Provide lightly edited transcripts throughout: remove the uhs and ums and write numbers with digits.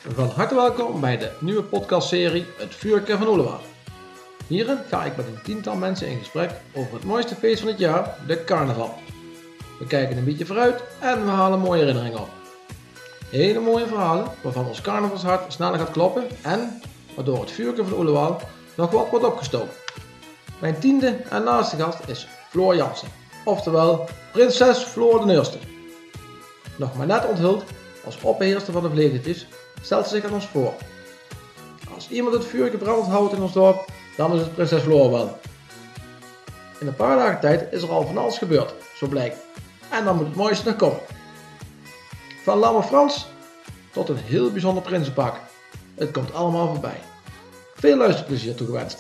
Van harte welkom bij de nieuwe podcastserie Het Vuurke van Oelewaan. Hierin ga ik met een tiental mensen in gesprek over het mooiste feest van het jaar, de carnaval. We kijken een beetje vooruit en we halen mooie herinneringen op. Hele mooie verhalen waarvan ons carnavalshart sneller gaat kloppen en waardoor het Vuurke van Oelewaan nog wat wordt opgestoken. Mijn tiende en laatste gast is Floor Jansen, oftewel prinses Floor de Neurste. Nog maar net onthuld als opheerster van de vlegeltjes, stelt zich aan ons voor. Als iemand het vuurke brandend houdt in ons dorp, dan is het prinses Floor wel. In een paar dagen tijd is er al van alles gebeurd, zo blijkt. En dan moet het mooiste nog komen. Van Lamme Frans tot een heel bijzonder prinsenpak. Het komt allemaal voorbij. Veel luisterplezier toegewenst.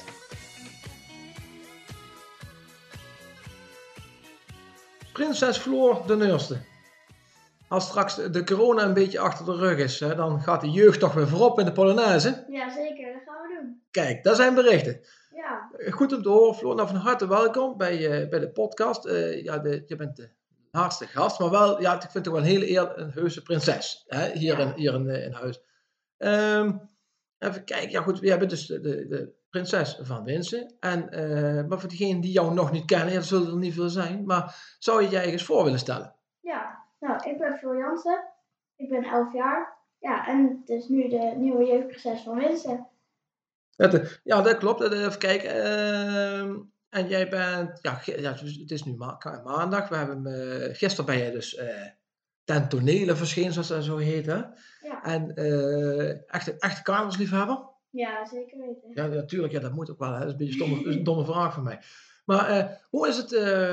Prinses Floor de Neurste. Als straks de corona een beetje achter de rug is, dan gaat de jeugd toch weer voorop in de Polonaise. Ja, zeker. Dat gaan we doen. Kijk, daar zijn berichten. Ja. Goed om te horen, Floor. Nou, van harte welkom bij de podcast. Je bent de laatste gast, maar wel, ja, ik vind het toch wel een hele eer, een heuse prinses. Hier in huis. Even kijken. Ja goed, jij bent dus de prinses van Winsen. Maar voor diegenen die jou nog niet kennen, ja, dat zullen er niet veel zijn. Maar zou je je eigen eens voor willen stellen? Ja. Nou, ik ben Floor Jansen. Ik ben 11 jaar. Ja, en dus nu de nieuwe jeugdprinses van Winsen. Ja, dat klopt. Even kijken. En jij bent, het is nu maandag. We hebben gisteren ben je dus ten tonele verschenen, zoals dat zo heet, hè? Ja. En echt carnavalsliefhebber? Ja, zeker weten. Ja, natuurlijk. Ja, dat moet ook wel. Hè? Dat is een beetje een domme vraag van mij. Maar hoe is het?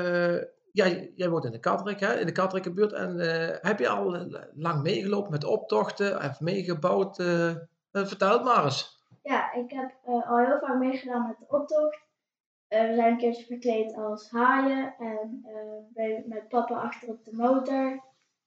Jij woont in de Katwijk, hè? In de Katwijkerbuurt. En heb je al lang meegelopen met optochten? Of meegebouwd? Vertel het maar eens. Ja, ik heb al heel vaak meegedaan met de optocht. We zijn een keertje verkleed als haaien. En met papa achter op de motor.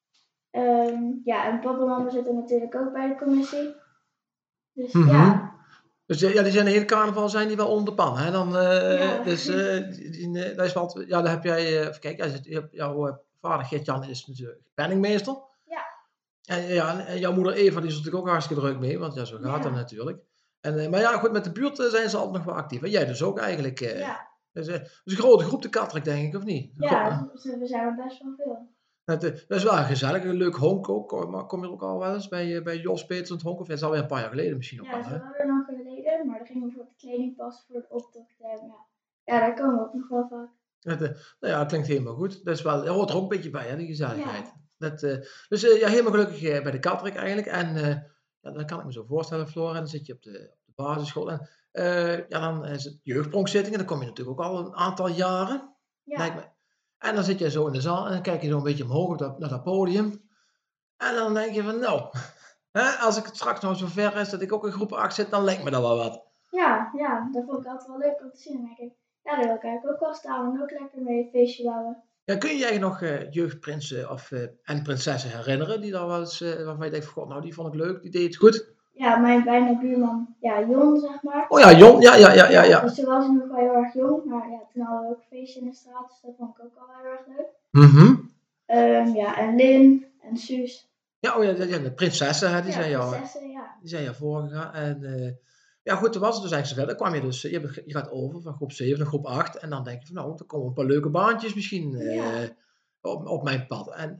Ja, en papa en mama zitten natuurlijk ook bij de commissie. Dus ja. Dus ja, die zijn de hele carnaval zijn die wel onder de pan, hè? Dan, Ja. Dus dat is wat, ja, daar heb jij, even kijken, jouw vader Gert-Jan is natuurlijk penningmeester. Ja. En jouw moeder Eva die is natuurlijk ook hartstikke druk mee, want ja, zo gaat dat natuurlijk. Maar ja, goed, met de buurt zijn ze altijd nog wel actief. En jij dus ook eigenlijk. Ja. Dus een grote groep de Katwijk, denk ik, of niet? Ja, we zijn er best wel veel. Dat is wel gezellig, een leuk honk ook. Kom je ook al wel eens bij Jos Peters het honk? Of dat is alweer een paar jaar geleden misschien ook Ja, al, dat hè? is wel weer lang geleden, maar dan gingen we voor de kledingpas voor de optocht. Ja, daar komen we ook nog wel vaak. Nou ja, het klinkt helemaal goed. Dat hoort er ook een beetje bij, hè, die gezelligheid. Ja. Dus helemaal gelukkig bij de Katwijk eigenlijk. En dat kan ik me zo voorstellen, Floor. En dan zit je op de basisschool. En dan is het jeugdpronkzittingen. Dan kom je natuurlijk ook al een aantal jaren. Ja. Lijkt me. En dan zit je zo in de zaal en dan kijk je zo een beetje omhoog naar dat podium. En dan denk je van, nou, als ik het straks nog zo ver is dat ik ook in groep 8 zit, dan lijkt me dat wel wat. Ja, dat vond ik altijd wel leuk om te zien. Dan denk ik, ja, daar wil ik eigenlijk ook wel staan en ook lekker mee een feestje bouwen. Ja, kun jij nog jeugdprinsen en prinsessen herinneren die daar wel eens, waarvan je denkt van, god, nou die vond ik leuk, die deed het goed? Ja, mijn bijna buurman, ja, Jon, zeg maar. Oh ja, Jon, ja. Dus toen was hij nog wel heel erg jong, maar ja, toen hadden we ook een feestje in de straat, dus dat vond ik ook wel heel erg leuk. Ja, en Lin en Suus. Ja, de prinsessen, hè, die zijn jou voorgegaan. En ja, goed, toen was het dus eigenlijk zover. Dan kwam je dus, je gaat over van groep 7 naar groep 8. En dan denk je van, nou, er komen een paar leuke baantjes misschien op mijn pad. En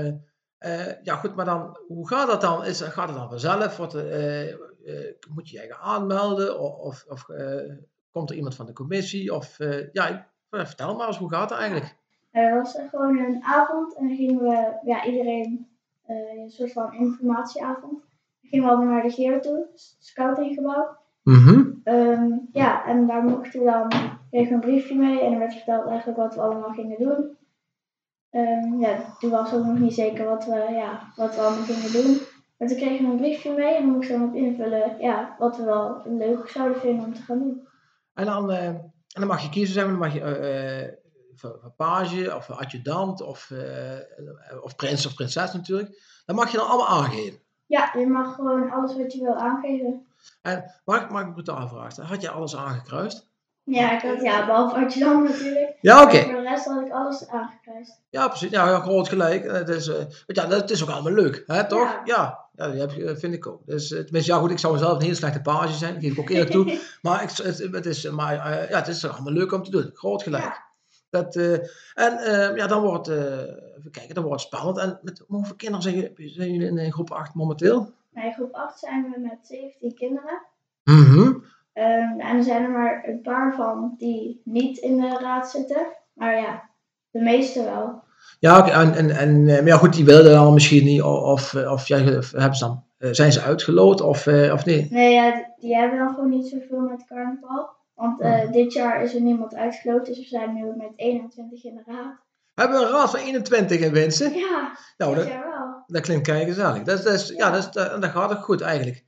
ja, goed, maar dan, hoe gaat dat dan? Gaat het dan vanzelf? Moet je je eigen aanmelden? Of komt er iemand van de commissie? Vertel maar eens, hoe gaat het eigenlijk? Er was gewoon een avond en dan gingen we, iedereen, een soort van informatieavond. Dan gingen we allemaal naar de Geer toe, scoutinggebouw. En daar mochten we dan, kregen we een briefje mee en er werd verteld eigenlijk wat we allemaal gingen doen. Toen was ook nog niet zeker wat we allemaal gingen doen. Maar toen kregen we een briefje mee en dan moesten we op invullen wat we wel leuk zouden vinden om te gaan doen. En dan mag je kiezen, zeg maar, dan mag je voor page of adjudant of prins of prinses natuurlijk. Dat mag je dan allemaal aangeven. Ja, je mag gewoon alles wat je wil aangeven. En mag ik brutaal vragen, had je alles aangekruist? Ja, ik had, behalve adjudant natuurlijk. Ja, oké. Voor de rest had ik alles aangekruist. Ja, precies. Ja, groot gelijk. Het is ook allemaal leuk, hè, toch? Ja. Ja, vind ik ook. Dus, tenminste, ja goed, ik zou zelf een hele slechte page zijn, dat geef ik ook eerlijk toe. Maar, het is allemaal leuk om te doen. Groot gelijk. Ja. Dan wordt het, even kijken, dan wordt het spannend. En met hoeveel kinderen zijn jullie in groep 8 momenteel? In groep 8 zijn we met 17 kinderen. Mhm. En er zijn er maar een paar van die niet in de raad zitten. Maar ja, de meeste wel. Ja, oké, maar ja, goed, die wilden dan misschien niet, of hebben ze dan, zijn ze uitgeloot of niet? Nee, ja, die hebben dan gewoon niet zoveel met carnaval. Want dit jaar is er niemand uitgeloot, dus we zijn nu met 21 in de raad. Hebben we een raad van 21 in Winsen? Ja, Nou, dit jaar wel. Dat klinkt kei gezellig. Dat gaat ook goed eigenlijk.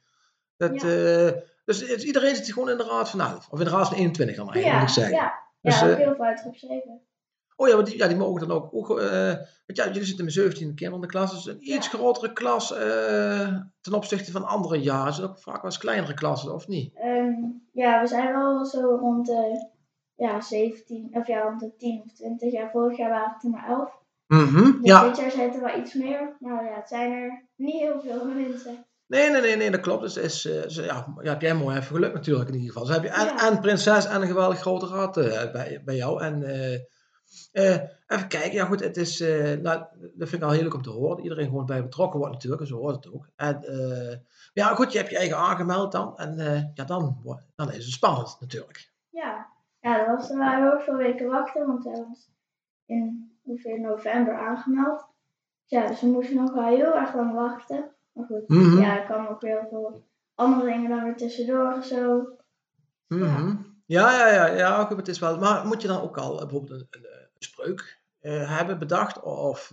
Dus iedereen zit gewoon in de raad van 11, of in de raad van 21 dan eigenlijk, moet ik zeggen. Ja, ook heel veel uit groep 7. Oh ja, die mogen dan ook. Want ja, jullie zitten met 17 kinderen in de klas. Dus een iets grotere klas ten opzichte van andere jaren. Zijn ook vaak wel eens kleinere klassen, of niet? Ja, we zijn wel zo rond de 17, of ja, rond de 10 of 20 jaar. Vorig jaar waren het er maar 11. Mhm, Dus dit jaar zijn het er wel iets meer. Maar ja, het zijn er niet heel veel mensen. Nee, dat klopt. Dus heb jij mooi even geluk natuurlijk in ieder geval. Dus heb je en prinses en een geweldig grote raad bij jou. En even kijken, ja goed, het is, dat vind ik al heel leuk om te horen. Dat iedereen gewoon bij betrokken wordt natuurlijk, en zo hoort het ook. En ja goed, je hebt je eigen aangemeld dan. En dan is het spannend natuurlijk. Dat waren we ook veel weken wachten, want we hebben ons in november aangemeld. Ja, dus we moesten nog wel heel erg lang wachten. Maar goed, er kwamen ook heel veel andere dingen dan weer tussendoor of zo. Ja, goed, het is wel. Maar moet je dan ook al bijvoorbeeld een spreuk hebben bedacht? Of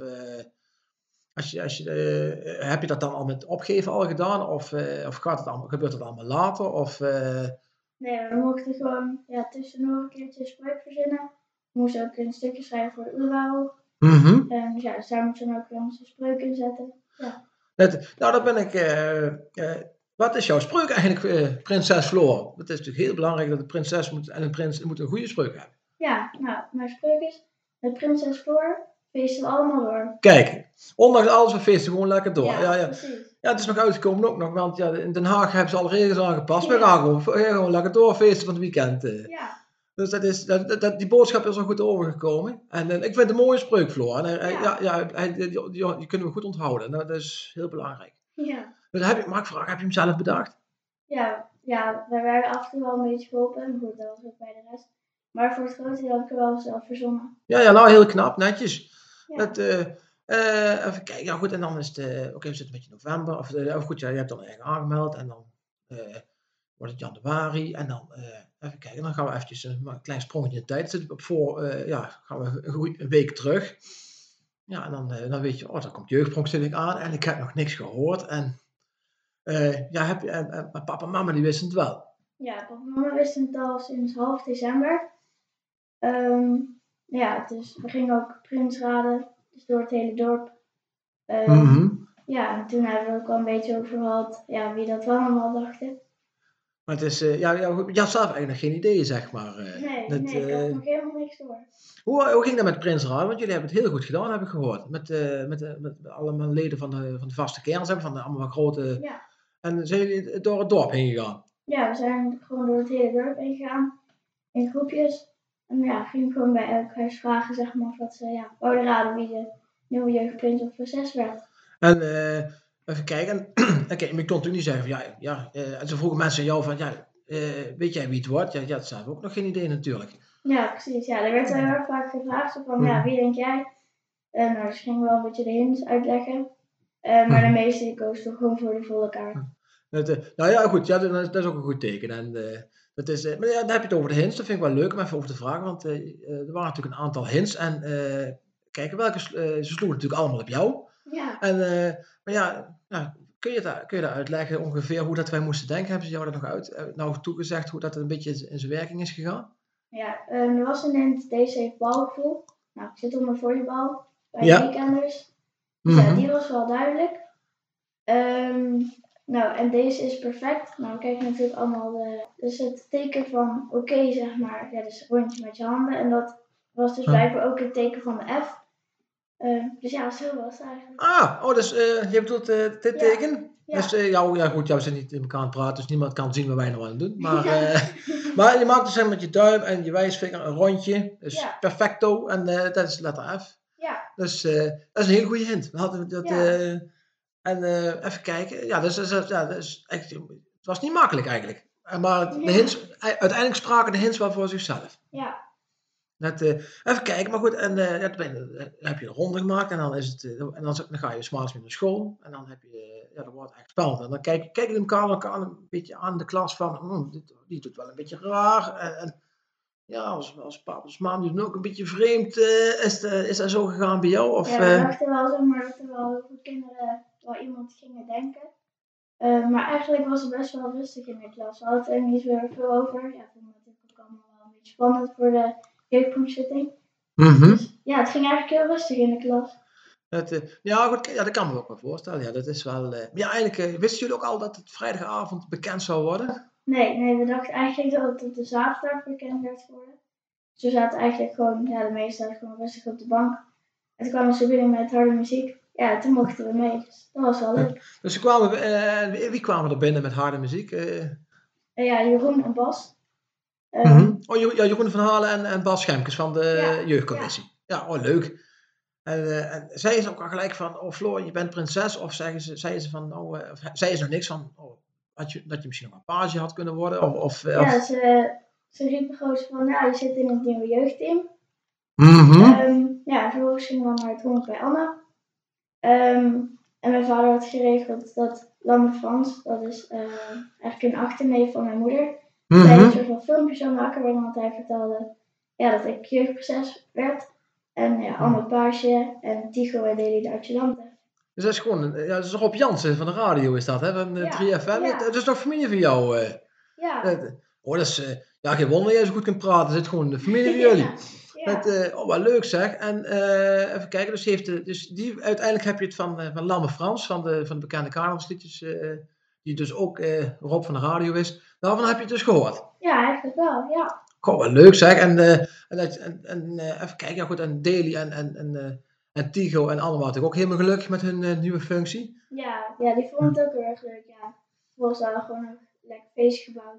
heb je dat dan al met opgeven al gedaan? Of gebeurt het allemaal later? Nee, we mochten gewoon tussendoor een keertje een spreuk verzinnen. We moesten ook een stukje schrijven voor de URL. Dus daar moeten we dan ook weer onze spreuk in zetten. Ja. Dan ben ik. Wat is jouw spreuk eigenlijk, prinses Floor? Het is natuurlijk heel belangrijk dat de prinses en een prins moet een goede spreuk hebben. Ja, nou, mijn spreuk is: met prinses Floor feesten we allemaal door. Kijk, ondanks alles, we feesten gewoon lekker door. Ja, precies. Ja, het is nog uitgekomen ook nog, want in Den Haag hebben ze alle regels aangepast. We gaan gewoon lekker doorfeesten van het weekend. Dus die boodschap is al goed overgekomen. En ik vind het een mooie spreuk, Floor. Die kunnen we goed onthouden. Nou, dat is heel belangrijk. Ja. Dus mag ik vragen, heb je hem zelf bedacht? Ja, we werden af en toe wel een beetje geholpen. Maar goed, dat was ook bij de rest. Maar voor het grote deel heb ik er wel zelf verzonnen. Ja, nou heel knap, netjes. Ja. Even kijken, ja goed, en dan is het, oké, we zitten een beetje november. Of goed, je hebt dan eigen aangemeld en dan wordt het januari. En dan, even kijken, dan gaan we eventjes een klein sprongetje in de tijd. Gaan we een week terug. Ja, en dan weet je, dan komt jeugdpronkstelling aan en ik heb nog niks gehoord. En papa en mama die wisten het wel. Ja, papa en mama wisten het al sinds half december. Dus we gingen ook prinsraden, dus door het hele dorp. Ja, en toen hebben we ook al een beetje over gehad wie dat wel allemaal dachten. Maar het is, je had zelf eigenlijk nog geen idee, zeg maar. Nee, ik had nog helemaal niks door. Hoe ging dat met prinsraden? Want jullie hebben het heel goed gedaan, heb ik gehoord. Met allemaal leden van de vaste kern, van de allemaal grote... Ja. En zijn jullie door het dorp heen gegaan? Ja, we zijn gewoon door het hele dorp heen gegaan. In groepjes. En gingen gewoon bij elk huis vragen, zeg maar, of dat ze wouden raden wie de nieuwe jeugdprins of prinses werd. En even kijken. Maar ik kon natuurlijk niet zeggen van en zo vroegen mensen aan jou van weet jij wie het wordt? Ja, dat hebben we ook nog geen idee natuurlijk. Ja, precies. Ja, er werd wel heel erg vaak gevraagd zo van wie denk jij? Dus gingen we wel een beetje de hints uitleggen. Maar de meeste die kozen toch gewoon voor de volle kaart. Goed, dat is ook een goed teken. En maar dan heb je het over de hints, dat vind ik wel leuk om even over te vragen, want er waren natuurlijk een aantal hints en kijk, ze sloegen natuurlijk allemaal op jou. Ja. En, kun je daar uitleggen ongeveer hoe dat wij moesten denken? Hebben ze jou dat nog toegezegd hoe dat een beetje in zijn werking is gegaan? Ja, er was een hint, deze heeft balgevoel. Nou, ik zit op mijn volleybal bij de weekenders. Dus die was wel duidelijk. En deze is perfect. Nou, we kijken natuurlijk allemaal dus het teken van oké, zeg maar. Ja, dus rondje met je handen. En dat was dus blijkbaar ook het teken van de F. Dus ja, zo was het eigenlijk. Dus je bedoelt dit Ja. teken? Ja. Dus goed, we zitten niet in elkaar aan het praten, dus niemand kan zien wat wij nou aan het doen. Maar, Ja. maar je maakt dus met je duim en je wijsvinger een rondje, dus Ja. perfecto, en dat is letter F. Ja. Dus dat is een hele goede hint. We hadden dat, Ja. en even kijken, ja, dat is echt, het was niet makkelijk eigenlijk. Maar de Ja. hints, uiteindelijk spraken de hints wel voor zichzelf. Ja. Dat, even kijken, maar goed, en dan heb je een ronde gemaakt en dan is het, en dan ga je 's maandags weer naar school en dan heb je, dat wordt echt spannend. En dan kijken die elkaar een beetje aan in de klas van, die doet wel een beetje raar. En ja, als papa als mam die doen ook een beetje vreemd. Is dat zo gegaan bij jou? Of, Ja, we dachten wel zomaar dat er wel heel veel kinderen wel iemand gingen denken. Maar eigenlijk was het best wel rustig in de klas. We hadden het er niet zo heel veel over. Ja, ik vond het natuurlijk ook allemaal wel een beetje spannend voor de jeugdproefzitting. Dus ja, het ging eigenlijk heel rustig in de klas. Goed, dat kan me ook wel voorstellen. Ja, dat is wel. Ja, eigenlijk wisten jullie ook al dat het vrijdagavond bekend zou worden? Nee, we dachten eigenlijk dat het op de zaterdag bekend werd worden. Dus we zaten eigenlijk gewoon, de meeste zaten gewoon rustig op de bank. En toen kwamen ze binnen met harde muziek. Ja, toen mochten we mee. Dus dat was wel leuk. Dus wie kwamen er binnen met harde muziek? Ja, Jeroen en Bas. Jeroen van Halen en Bas Schemkes van de jeugdcommissie. Ja, leuk. En zeiden ze ook al gelijk van, Floor, je bent prinses? Of zeiden ze van, zeiden ze nog niks van, dat je misschien nog een page had kunnen worden? Ze riepen gewoon van, je zit in het nieuwe jeugdteam. Vervolgens gingen we naar het hond bij Anna. En mijn vader had geregeld dat Lamme Frans, dat is eigenlijk een achterneef van mijn moeder, hij een soort van filmpje zou maken waarin hij vertelde dat ik jeugdprinses werd. En Anne Paasje en Tycho en Lely de adjudante. Dus dat is gewoon, dat is Rob Jansen van de radio is dat, hè? Van 3FM. Ja. Dat is toch familie van jou? Ja. Dat is, geen wonder dat jij zo goed kunt praten. Het is gewoon de familie van jullie. Ja. Wat leuk zeg. En even kijken, dus uiteindelijk heb je het van Lamme Frans, van de bekende carnavalsliedjes, die dus ook Rob van de radio is. Daarvan heb je het dus gehoord. Ja, eigenlijk wel, ja. Wat leuk zeg. En even kijken, goed, en Deli en Tycho en Anne waren ook helemaal gelukkig met hun nieuwe functie. Ja, die vonden het ook heel erg leuk, ja. Het was gewoon een lekker feest gebouwd.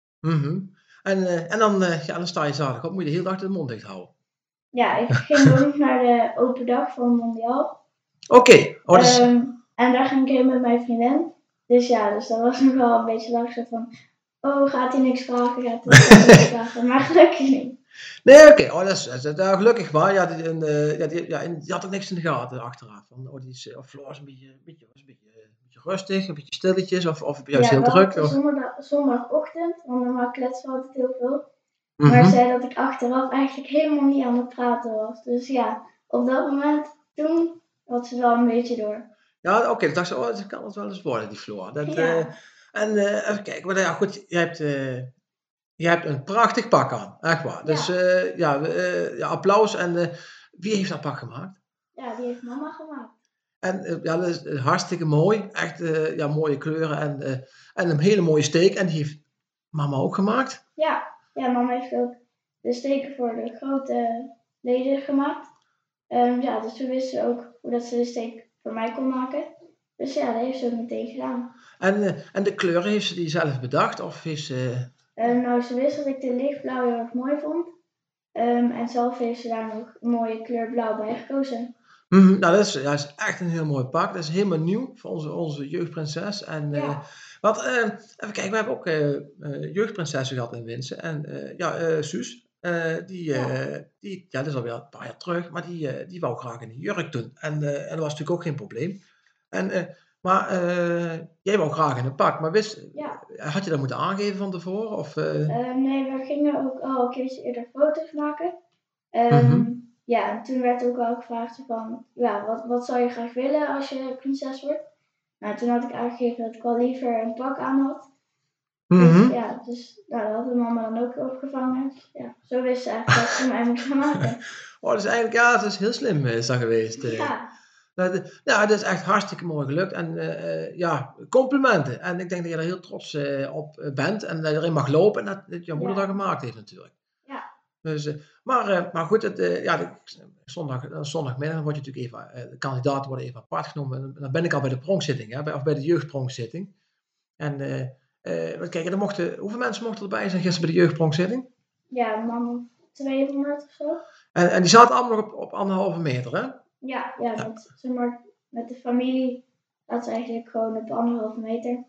En dan sta je zaterdag op, moet je de hele dag de mond dicht houden. Ja, ik ging ook naar de open dag van Mondiaal. Oké. En daar ging ik heen met mijn vriendin. Dus dat was nog wel een beetje lastig van, gaat hij niks vragen, gaat hij niks vragen. Maar gelukkig niet. Nee, oké. Dat is gelukkig maar. Ja, die had ook niks in de gaten achteraf. Floor is een beetje rustig, een beetje stilletjes of juist heel druk. Zondagochtend, want normaal kletsen we altijd heel veel. Maar zei dat ik achteraf eigenlijk helemaal niet aan het praten was. Dus op dat moment, toen had ze wel een beetje door. Ja, oké. Dan dacht ze, dat kan het wel eens worden, die Floor. En even kijken, maar goed, je hebt een prachtig pak aan, echt waar. Dus applaus. En wie heeft dat pak gemaakt? Ja, die heeft mama gemaakt. En dat is hartstikke mooi. Echt mooie kleuren en een hele mooie steek. En die heeft mama ook gemaakt? Ja, mama heeft ook de steken voor de grote leden gemaakt. Dus toen wist ze ook hoe dat ze de steek voor mij kon maken. Dus dat heeft ze ook meteen gedaan. En de kleuren, heeft ze die zelf bedacht? Of heeft ze... ze wist dat ik de lichtblauw heel erg mooi vond. En zelf heeft ze daar nog een mooie kleur blauw bij gekozen. Dat is echt een heel mooi pak. Dat is helemaal nieuw voor onze jeugdprinses. En, even kijken, we hebben ook jeugdprinsessen gehad in Winsen. En Suus, dat is alweer een paar jaar terug, maar die wou graag in een jurk doen. En dat was natuurlijk ook geen probleem. Maar jij wou graag in een pak, maar had je dat moeten aangeven van tevoren? Of, Nee, we gingen ook al een keertje eerder foto's maken. En toen werd ook al gevraagd van, wat zou je graag willen als je prinses wordt? Nou, toen had ik aangegeven dat ik wel liever een pak aan had. Dus dat hadden mama dan ook opgevangen. Ja, zo wist ze eigenlijk dat ze mij moest gaan maken. Dus eigenlijk, dat is heel slim is dat geweest. Dat is echt hartstikke mooi gelukt. En complimenten. En ik denk dat je er heel trots op bent. En dat je erin mag lopen. En dat jouw moeder dat gemaakt heeft natuurlijk. Ja. Dus, maar goed, zondagmiddag dan word je natuurlijk even, de kandidaten worden even apart genomen. En dan ben ik al bij de pronkszitting, hè, of bij de jeugdpronkszitting. En wat kijken, hoeveel mensen mochten erbij zijn gisteren bij de jeugdpronkszitting? Ja, een man of 200 of zo. En die zaten allemaal nog op 1,5 meter, hè? Ja. Met, zeg maar, met de familie zaten ze eigenlijk gewoon op 1,5 meter.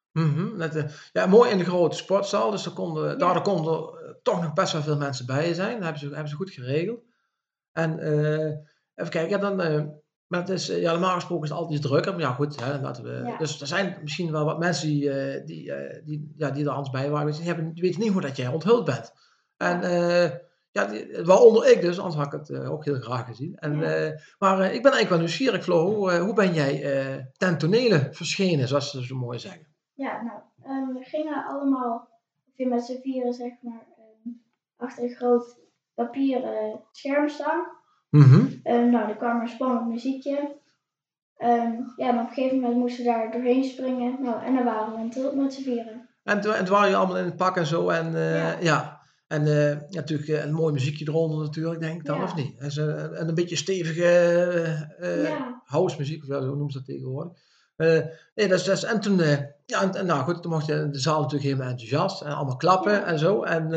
Ja, mooi in de grote sportzaal, dus daardoor konden toch nog best wel veel mensen bij zijn. Dat hebben ze goed geregeld. En even kijken, ja, dan, maar het is, normaal gesproken is het altijd iets drukker, maar ja goed, hè, dus er zijn misschien wel wat mensen die er anders bij waren, die weten niet hoe dat jij onthuld bent. En waaronder ik dus, anders had ik het ook heel graag gezien. Maar ik ben eigenlijk wel nieuwsgierig, Flo, hoe ben jij ten tonele verschenen, zoals ze zo mooi zeggen? Ja, nou, we gingen allemaal met z'n vieren, zeg maar, achter een groot papieren scherm staan. Nou, er kwam een spannend muziekje. En op een gegeven moment moesten we daar doorheen springen. Nou, en dan waren we onthuld met z'n vieren. En toen waren jullie allemaal in het pak en zo. En En natuurlijk een mooi muziekje eronder natuurlijk, denk ik dan, of niet? En een beetje stevige house muziek, of zo noemen ze dat tegenwoordig. Nee, en toen, nou goed, toen mocht je de zaal natuurlijk helemaal enthousiast en allemaal klappen en zo. En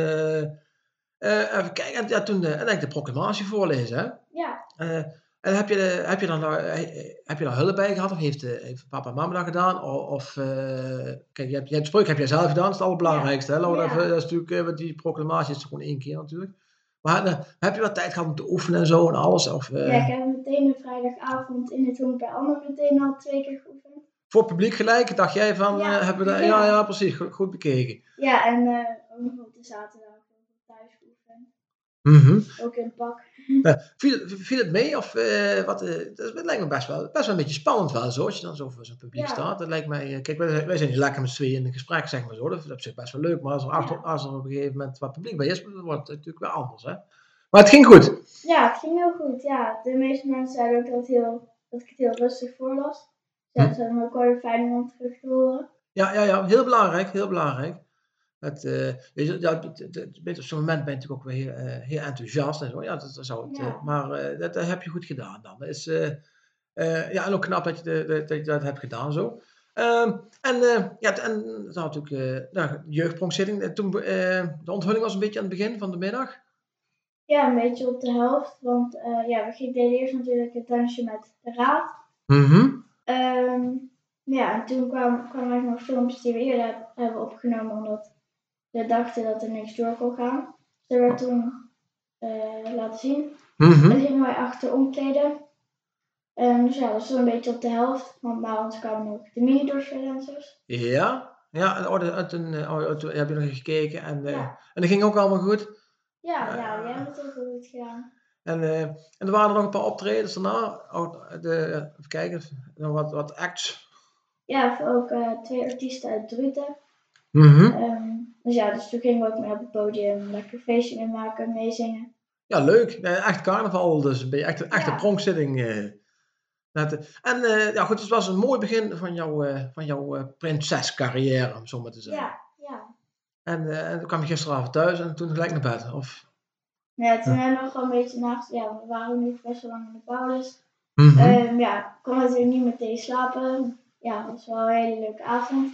even kijken, en toen en de proclamatie voorlezen, hè? Ja. En heb je dan hulp bij gehad? Of heeft papa en mama dat gedaan? Kijk, je hebt het spreuk heb jij zelf gedaan, dat is het allerbelangrijkste. Hè? Dat is natuurlijk, want die proclamatie is gewoon 1 keer natuurlijk. Maar heb je wat tijd gehad om te oefenen en zo en alles? Ja, ik heb meteen een vrijdagavond in het Honk bij Anne meteen al 2 keer geoefend. Voor het publiek gelijk, dacht jij van, hebben we dat? Ja, precies, goed bekeken. Ja, en ook nog op de zaterdag thuis geoefend. Ook in het pak. Viel het mee? Of dat lijkt me best wel een beetje spannend wel zo, als je dan zo voor zo'n publiek staat. Dat lijkt mij, kijk, wij zijn hier lekker met z'n tweeën in een gesprek, zeg maar zo. Dat is op zich best wel leuk, maar als er op een gegeven moment wat publiek bij is, dan wordt het natuurlijk weer anders, hè. Maar het ging goed. Ja, het ging heel goed, ja. De meeste mensen zeiden ook dat ik het heel rustig voorlas. Dus dat is dan ook wel weer fijn om terug te horen. Ja, heel belangrijk, heel belangrijk. Op zo'n moment ben je natuurlijk ook weer heel enthousiast en zo. Ja, dat zou het. Maar dat heb je goed gedaan dan. Dat is, en ook knap dat je dat hebt gedaan zo. En dan natuurlijk de jeugdpronkszitting. Toen, de onthulling was een beetje aan het begin van de middag. Ja, een beetje op de helft. Want we deden eerst natuurlijk het dansje met de raad. En toen kwamen er nog filmpjes die we eerder hebben opgenomen, omdat we dachten dat er niks door kon gaan. Dus dat werd toen laten zien. En gingen wij achter omkleden. Dus dat is een beetje op de helft, want na ons kwamen nog de mini-dorsfreelancers. Ja, toen heb je nog eens gekeken en dat ging ook allemaal goed? Ja, die hebben het ook goed gedaan. En er waren er nog een paar optredens daarna, even kijken, nog wat acts. Ja, ook 2 artiesten uit Druten. Dus toen gingen we ook mee op het podium, lekker een feestje mee maken, meezingen. Ja, leuk. Echt carnaval, dus een beetje echt een pronkszitting. Goed, het was een mooi begin van jouw prinsescarrière, om zo maar te zeggen. Ja. En toen kwam je gisteravond thuis en toen gelijk naar bed, of? Ja, toen hebben we gewoon een beetje naast. Ja, we waren nu best wel lang in de pauzes. Ik kon natuurlijk niet meteen slapen. Ja, dat was wel een hele leuke avond.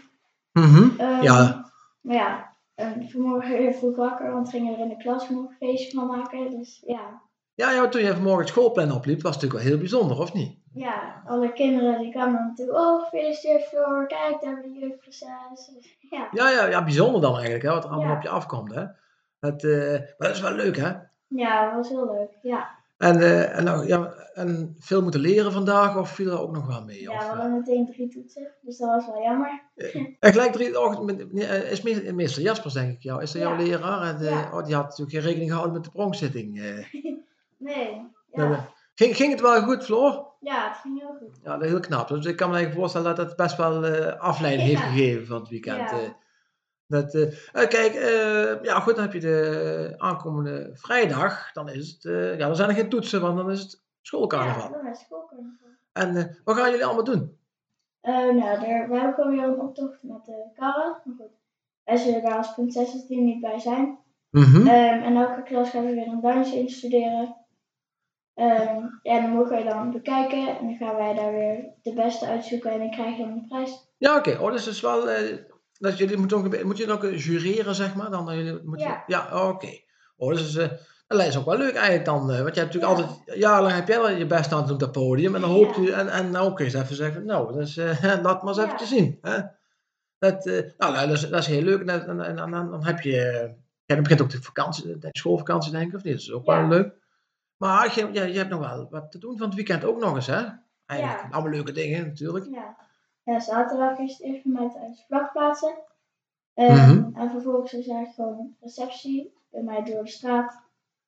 Maar vanmorgen weer vroeg wakker, want we gingen er in de klas nog een feestje van maken. Dus ja. Ja, toen je vanmorgen het schoolplan opliep, was het natuurlijk wel heel bijzonder, of niet? Ja, alle kinderen die kwamen natuurlijk, gefeliciteerd Floor, kijk, daar hebben we de jeugdprinses. Ja, bijzonder dan eigenlijk, hè, wat er allemaal op je afkomt, hè. Maar dat is wel leuk, hè? Ja, dat was heel leuk, ja. En veel moeten leren vandaag, of viel er ook nog wel mee? Ja, we hadden meteen 3 toetsen, dus dat was wel jammer. Gelijk 3, is meester Jaspers, denk ik, is dat jouw leraar? Die had natuurlijk geen rekening gehouden met de pronkszitting. Nee, Ging het wel goed, Floor? Ja, het ging heel goed. Ja, dat is heel knap. Dus ik kan me eigenlijk voorstellen dat het best wel afleiding heeft gegeven van het weekend. Goed, dan heb je de aankomende vrijdag. Dan is het, dan zijn er geen toetsen, want dan is het schoolcarnaval. Ja, dan is het schoolcarnaval. En wat gaan jullie allemaal doen? We hebben gewoon weer een optocht met de karren. Maar goed, wij zullen daar als prinsesses die er niet bij zijn. En elke klas gaan we weer een dansje instuderen. Ja, dan mogen wij dan bekijken en dan gaan wij daar weer de beste uitzoeken en dan krijg je dan een prijs. Ja, oké. Oh, dus het is wel, dat jullie moet je dan ook jureren, zeg maar? Dan, ja, oké. Oh, dus dat lijkt ook wel leuk eigenlijk dan. Want je hebt natuurlijk altijd, jarenlang heb jij al je best aan het doen op dat podium. En dan hoopt u, en nou kun je eens even zeggen, nou, dus, laat maar eens even te zien. Hè? Nou, dat is heel leuk. En dan heb je, dan begint ook de vakantie, de schoolvakantie denk ik, of niet? Dat is ook wel leuk. Maar je hebt nog wel wat te doen van het weekend ook nog eens, hè? Eigenlijk, allemaal leuke dingen natuurlijk. Ja, zaterdag is het even met vlakplaatsen. En vervolgens is er gewoon een receptie bij mij door de straat.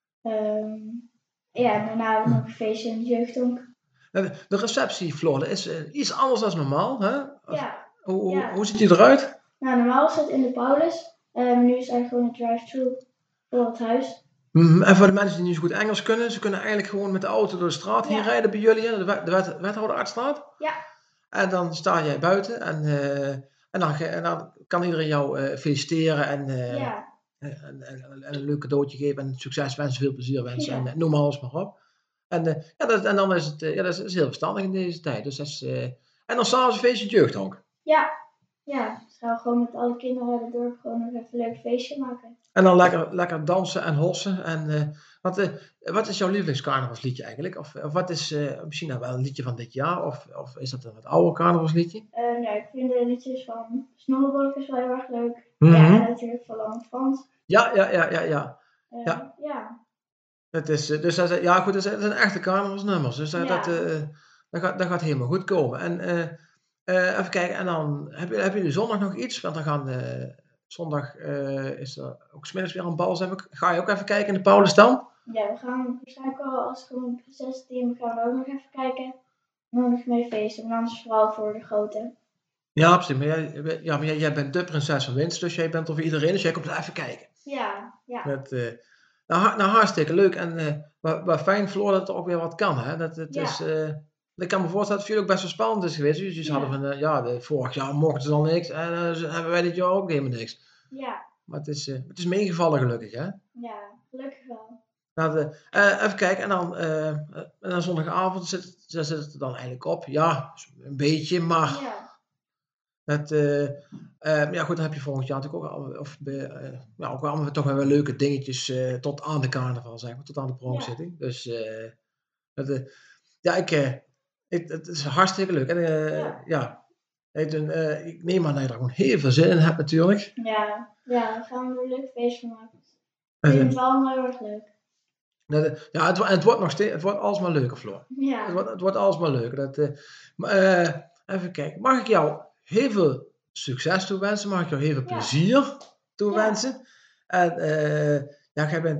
En daarna hebben we nog een feestje in de jeugdhonk. De receptie, Floor, dat is iets anders dan normaal, hè? Hoe ziet die eruit? eruit? Nou, normaal is het in de Paulus. Nu is er gewoon een drive-thru voor het huis. En voor de mensen die niet zo goed Engels kunnen, ze kunnen eigenlijk gewoon met de auto door de straat heen rijden bij jullie, hè? De wethouderartsstraat. Ja. En dan sta jij buiten en dan kan iedereen jou feliciteren en een leuk cadeautje geven en succes wensen, veel plezier wensen en noem alles maar op. En dan is het dat is heel verstandig in deze tijd. Dus dat is, en dan s'avonds een feestje in het jeugdhonk. Ja, dus gaan we gewoon met alle kinderen uit het dorp gewoon nog even een leuk feestje maken. En dan lekker dansen en hossen. En wat is jouw lievelingscarnavalsliedje eigenlijk? Of wat is misschien nou wel een liedje van dit jaar? Of is dat een wat ouder carnavalsliedje? Ik vind de liedjes van Snorrebolletjes wel heel erg leuk. Ja, en natuurlijk van Lange Frans. Ja. Het is, dus dat zijn echte carnavalsnummers. Dus dat gaat helemaal goed komen. En even kijken, en dan hebben jullie zondag nog iets? Want dan gaan zondag is er ook 's middags weer een bal. Ga je ook even kijken in de Paulus dan? Ja, we gaan waarschijnlijk wel als gewoon prinsessenteam gaan we ook nog even kijken. En dan nog mee feesten, maar anders vooral voor de grote. Ja, precies. Maar jij bent de prinses van Winst, dus jij bent er voor iedereen, dus jij komt er even kijken. Ja. Nou, hartstikke leuk. En wat fijn, Floor, dat er ook weer wat kan. Hè? Ik kan me voorstellen dat het voor jullie ook best wel spannend is geweest. Dus hadden van, vorig jaar mochten ze dan niks en hebben wij dit jaar ook helemaal niks. Ja. Maar het is meegevallen gelukkig, hè? Ja, gelukkig wel. Nou, even kijken, en dan zondagavond zit het er dan eigenlijk op. Ja, een beetje, maar... Ja. Goed, dan heb je volgend jaar natuurlijk ook allemaal toch wel leuke dingetjes tot aan de carnaval, zeg maar, tot aan de pronkzitting. Dus het is hartstikke leuk. En ik neem aan dat je er gewoon heel veel zin in hebt natuurlijk. Ja, daar gaan we een leuk feest van maken. Ik vind het wel heel erg leuk. Het wordt nog steeds, het wordt alsmaar leuker, Floor. Ja. Het wordt alsmaar leuker. Even kijken, mag ik jou heel veel succes toewensen? Mag ik jou heel veel plezier toewensen? En jij bent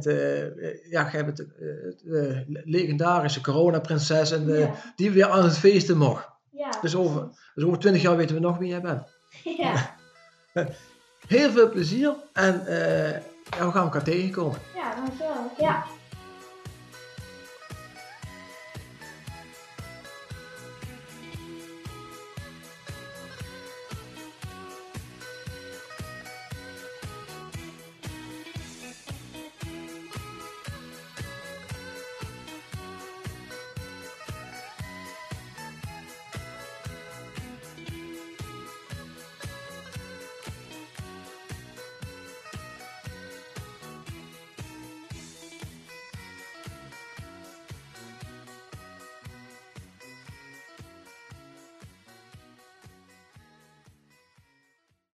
de legendarische coronaprinses en die weer aan het feesten mag. Ja. Dus over 20 jaar weten we nog wie jij bent. Ja. Heel veel plezier en we gaan elkaar tegenkomen. Ja, dankjewel. Ja.